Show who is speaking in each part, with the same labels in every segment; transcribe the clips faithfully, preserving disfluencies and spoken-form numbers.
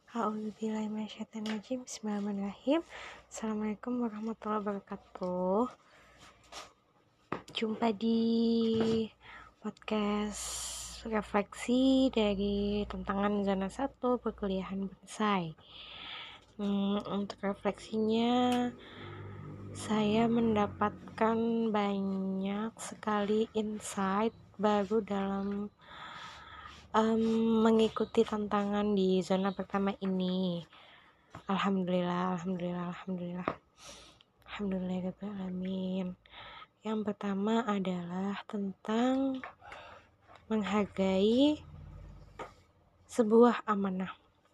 Speaker 1: A'udzubillahi minasyaitonirrajim. Bismillahirrahmanirrahim. Assalamualaikum warahmatullahi wabarakatuh. Jumpa di podcast refleksi dari tantangan zona satu perkuliahan bonsai. Hmm, untuk refleksinya, saya mendapatkan banyak sekali insight baru dalam um, mengikuti tantangan di zona pertama ini. Alhamdulillah, alhamdulillah, alhamdulillah, alhamdulillahirrahmanirrahim. Yang pertama adalah tentang menghargai sebuah amanah.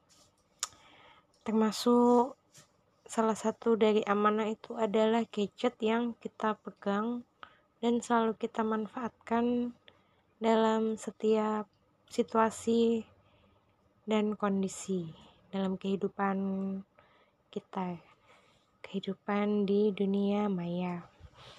Speaker 1: Termasuk salah satu dari amanah itu adalah gadget yang kita pegang dan selalu kita manfaatkan dalam setiap situasi dan kondisi dalam kehidupan kita, kehidupan di dunia maya.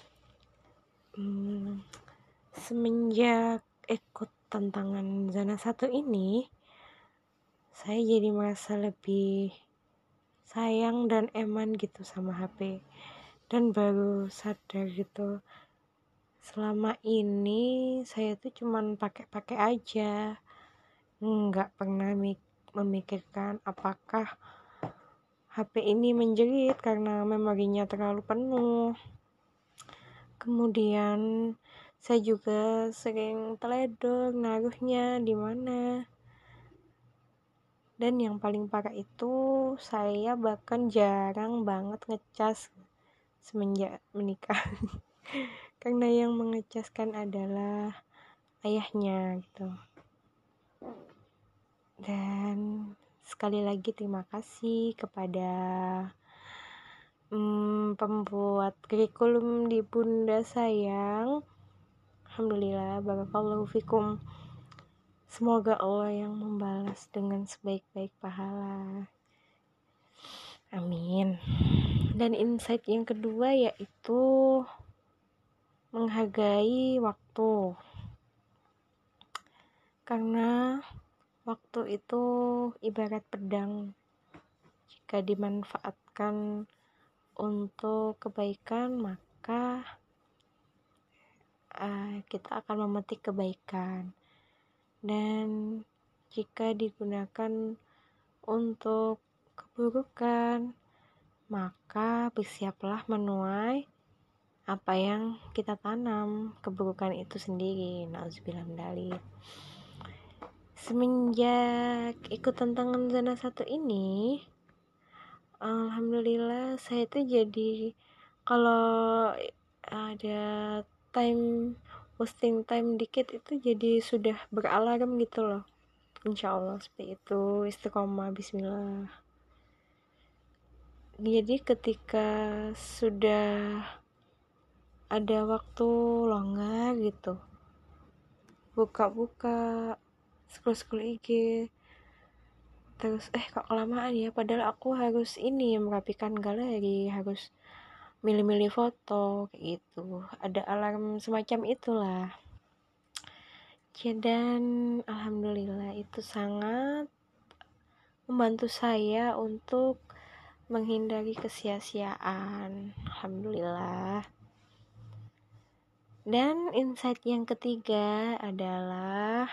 Speaker 1: Hmm, semenjak ikut tantangan zona satu ini, saya jadi merasa lebih sayang dan eman gitu sama H P, dan baru sadar gitu selama ini saya tuh cuman pakai-pakai aja, nggak pernah memikirkan apakah H P ini menjerit karena memorinya terlalu penuh. Kemudian saya juga sering teledor naruhnya di mana. Dan yang paling parah itu saya bahkan jarang banget ngecas semenjak menikah. Karena yang mengecaskan adalah ayahnya gitu. Dan sekali lagi terima kasih kepada hmm, pembuat kurikulum di Bunda Sayang. Alhamdulillah, barakallahu fikum. Semoga Allah yang membalas dengan sebaik-baik pahala. Amin. Dan insight yang kedua yaitu menghargai waktu. Karena waktu itu ibarat pedang. Jika dimanfaatkan untuk kebaikan, maka uh, kita akan memetik kebaikan. Dan jika digunakan untuk keburukan, maka bersiaplah menuai apa yang kita tanam, keburukan itu sendiri. Nauzubillah min dzalik. Semenjak ikut tantangan zona satu ini, alhamdulillah saya itu jadi kalau ada time wasting time dikit itu jadi sudah beralarm gitu loh. Insya Allah seperti itu, istiqomah, bismillah. Jadi ketika sudah ada waktu longgar gitu, buka-buka, scroll-scroll I G, terus eh kok kelamaan ya, padahal aku harus ini merapikan galeri, harus milih-milih foto kayak gitu. Ada alarm semacam itulah. Dan alhamdulillah itu sangat membantu saya untuk menghindari kesia-siaan. Alhamdulillah. Dan insight yang ketiga adalah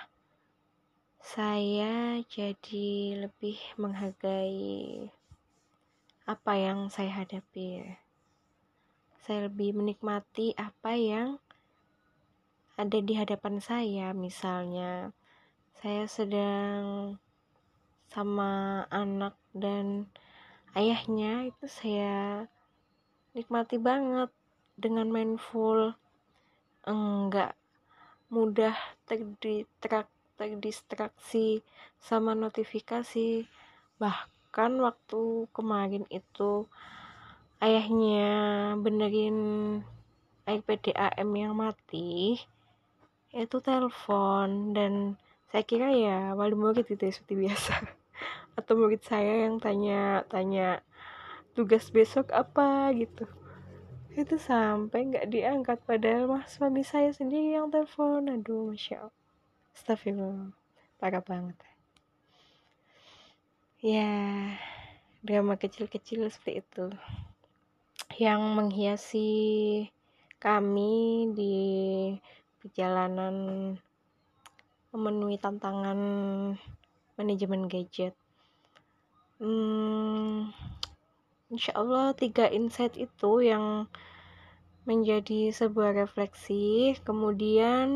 Speaker 1: saya jadi lebih menghargai apa yang saya hadapi. Saya lebih menikmati apa yang ada di hadapan saya. Misalnya saya sedang sama anak dan ayahnya, itu saya nikmati banget dengan mindful, enggak mudah terdistrak, terdistraksi sama notifikasi. Bahkan waktu kemarin itu ayahnya benerin air P D A M yang mati, itu telepon, dan saya kira ya wali murid itu ya seperti biasa atau murid saya yang tanya-tanya tugas besok apa gitu, itu sampai nggak diangkat padahal mas suami saya sendiri yang telepon. Aduh, masya Allah, astagfirullah, parah banget Ya, drama kecil-kecil seperti itu yang menghiasi kami di perjalanan memenuhi tantangan manajemen gadget. Hmm, insya Allah tiga insight itu yang menjadi sebuah refleksi. Kemudian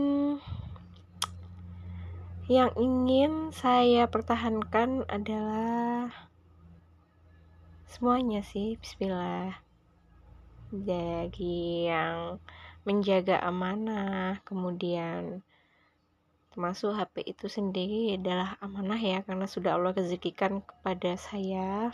Speaker 1: yang ingin saya pertahankan adalah semuanya sih, bismillah. Dari yang menjaga amanah, kemudian termasuk H P itu sendiri adalah amanah ya, karena sudah Allah rezekikan kepada saya.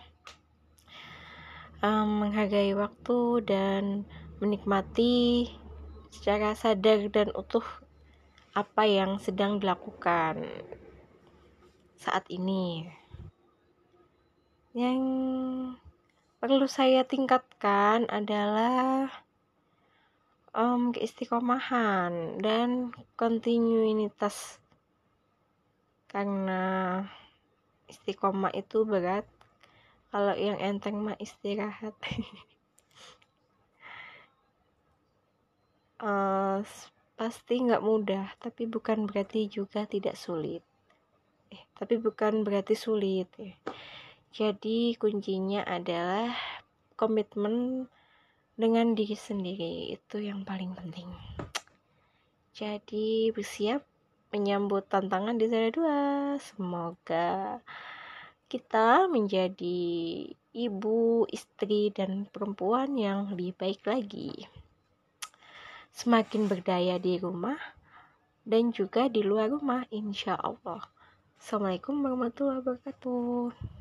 Speaker 1: Um, menghargai waktu dan menikmati secara sadar dan utuh apa yang sedang dilakukan saat ini. Yang perlu saya tingkatkan adalah um, keistiqomahan dan kontinuitas, karena istiqomah itu berat, kalau yang enteng mah istirahat. uh, pasti nggak mudah, tapi bukan berarti juga tidak sulit. Eh, tapi bukan berarti sulit. Eh. Jadi kuncinya adalah komitmen dengan diri sendiri, itu yang paling penting. Jadi bersiap menyambut tantangan di zona dua. Semoga kita menjadi ibu, istri, dan perempuan yang lebih baik lagi, semakin berdaya di rumah dan juga di luar rumah, insya Allah. Assalamualaikum warahmatullahi wabarakatuh.